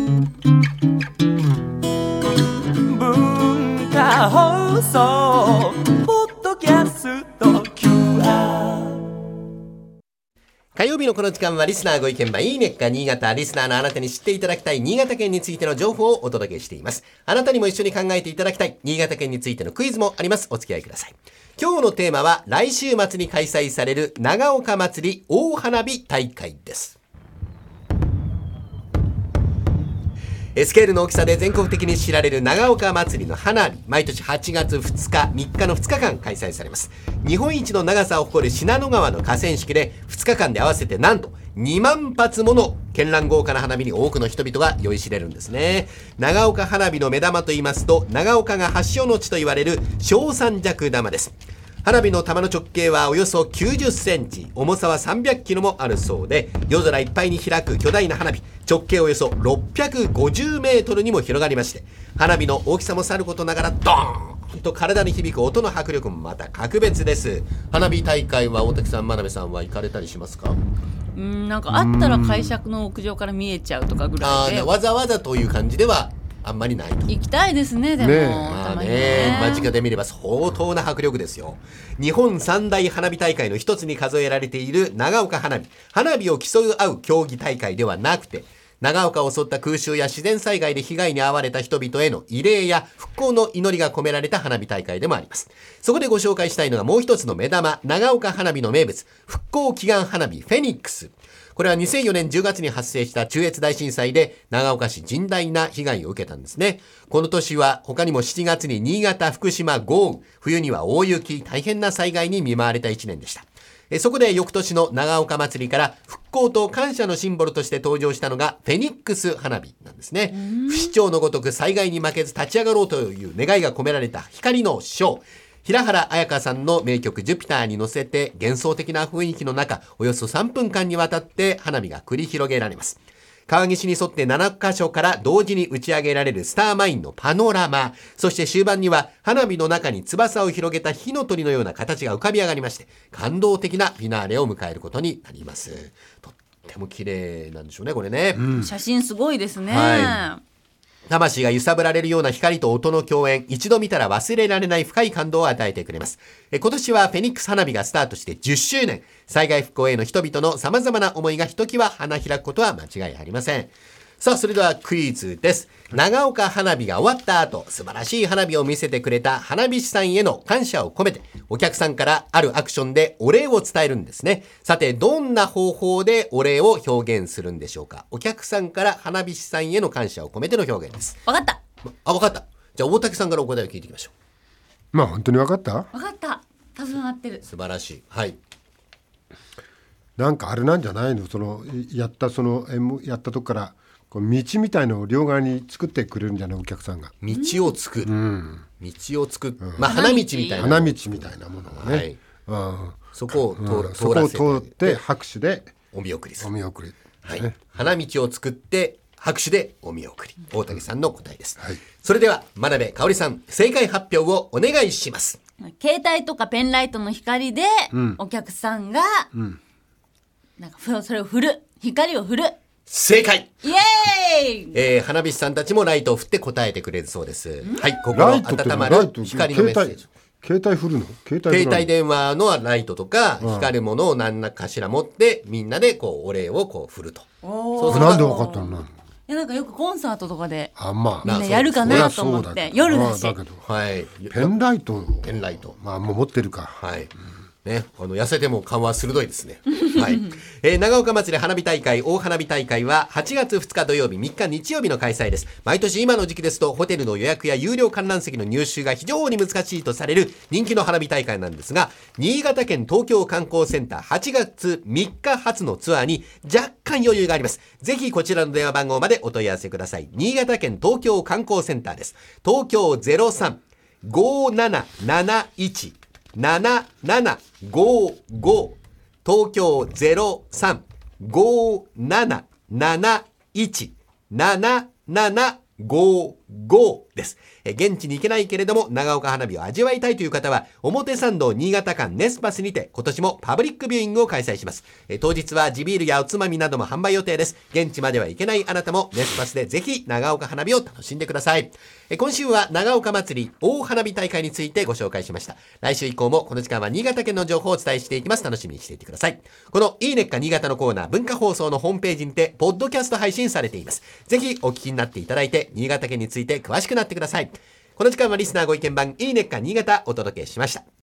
文化放送ポッドキャスト QR。 火曜日のこの時間はリスナーご意見番いいねっか新潟。リスナーのあなたに知っていただきたい新潟県についての情報をお届けしています。あなたにも一緒に考えていただきたい新潟県についてのクイズもあります。お付き合いください。今日のテーマは来週末に開催される長岡まつり大花火大会です。スケールの大きさで全国的に知られる長岡まつりの花火、毎年8月2日、3日の2日間開催されます。日本一の長さを誇る信濃川の河川敷で2日間で合わせてなんと2万発もの絢爛豪華な花火に多くの人々が酔いしれるんですね。長岡花火の目玉と言いますと、長岡が発祥の地と言われる小三尺玉です。花火の玉の直径はおよそ90センチ、重さは300キロもあるそうで、夜空いっぱいに開く巨大な花火、直径およそ650メートルにも広がりまして、花火の大きさもさることながらドーンと体に響く音の迫力もまた格別です。花火大会は大竹さん、真鍋さんは行かれたりしますか？ なんかあったら会社の屋上から見えちゃうとかぐらいで、 わざわざという感じではあんまりないと。 行きたいですね。でも、たまにね、 間近で見れば相当な迫力ですよ。日本三大花火大会の一つに数えられている長岡花火。花火を競い合う競技大会ではなくて、長岡を襲った空襲や自然災害で被害に遭われた人々への慰霊や復興の祈りが込められた花火大会でもあります。そこでご紹介したいのがもう一つの目玉、長岡花火の名物、復興祈願花火フェニックス。これは2004年10月に発生した中越大震災で長岡市甚大な被害を受けたんですね。この年は他にも7月に新潟、福島豪雨、冬には大雪、大変な災害に見舞われた1年でした。そこで翌年の長岡まつりから復興と感謝のシンボルとして登場したのがフェニックス花火なんですね。不死鳥のごとく災害に負けず立ち上がろうという願いが込められた光のショー。平原綾香さんの名曲ジュピターに乗せて幻想的な雰囲気の中、およそ3分間にわたって花火が繰り広げられます。川岸に沿って7カ所から同時に打ち上げられるスターマインのパノラマ、そして終盤には花火の中に翼を広げた火の鳥のような形が浮かび上がりまして、感動的なフィナーレを迎えることになります。とっても綺麗なんでしょうね、これね。 写真すごいですね。 魂が揺さぶられるような光と音の共演、一度見たら忘れられない深い感動を与えてくれます。今年はフェニックス花火がスタートして10周年、災害復興への人々の様々な思いがひときわ花開くことは間違いありません。さあ、それではクイズです。長岡花火が終わった後、素晴らしい花火を見せてくれた花火師さんへの感謝を込めて、お客さんからあるアクションでお礼を伝えるんですね。さて、どんな方法でお礼を表現するんでしょうか。お客さんから花火師さんへの感謝を込めての表現です。 わかった。 わかった。じゃあ大竹さんからお答えを聞いていきましょまあ本当にわかった？ わかった。多分合ってる。 素晴らしい。はい。 なんかあれなんじゃないの、やったとこからこう道みたいのを両側に作ってくれるんじゃない、お客さんが。 道を作る。道を作る。まあ花道みたいな。 花道みたいなものをね。 そこを通って拍手でお見送りする。 お見送り。 はい。花道を作って拍手でお見送り。大竹さんの答えです。それでは真鍋かおりさん、正解発表をお願いします。 携帯とかペンライトの光で、お客さんが、なんかそれを振る、光を振る。 正解。 イエーイ。 花火師さんたちもライトを振って答えてくれるそうです。はい、心温まる光のメッセージ。 携帯振るの？ 携帯電話のライトとか光るものを何かしら持ってみんなでこうお礼をこう振ると。 なんでわかったの？ いや、なんかよくコンサートとかでみんなやるかなと思って、夜だし。 だけど、 はい、 ペンライト。まあもう持ってるか。 はい。ね、痩せても勘は鋭いですね。はい。長岡祭り花火大会、大花火大会は8月2日土曜日、3日日曜日の開催です。毎年今の時期ですと、ホテルの予約や有料観覧席の入手が非常に難しいとされる人気の花火大会なんですが、新潟県東京観光センター8月3日発のツアーに若干余裕があります。ぜひこちらの電話番号までお問い合わせください。新潟県東京観光センターです。東京 03-57717755、東京 03-57717755 GO です。現地に行けないけれども長岡花火を味わいたいという方は表参道新潟間ネスパスにて今年もパブリックビューイングを開催します。当日は地ビールやおつまみなども販売予定です。現地までは行けないあなたもネスパスでぜひ長岡花火を楽しんでください。今週は長岡祭り大花火大会についてご紹介しました。来週以降もこの時間は新潟県の情報をお伝えしていきます。楽しみにしていてください。このいいねっか新潟のコーナー、文化放送のホームページにてポッドキャスト配信されています。ぜひお聞きになっていただいて新潟県について詳しくなってください。この時間はリスナーご意見番いいねっか新潟お届けしました。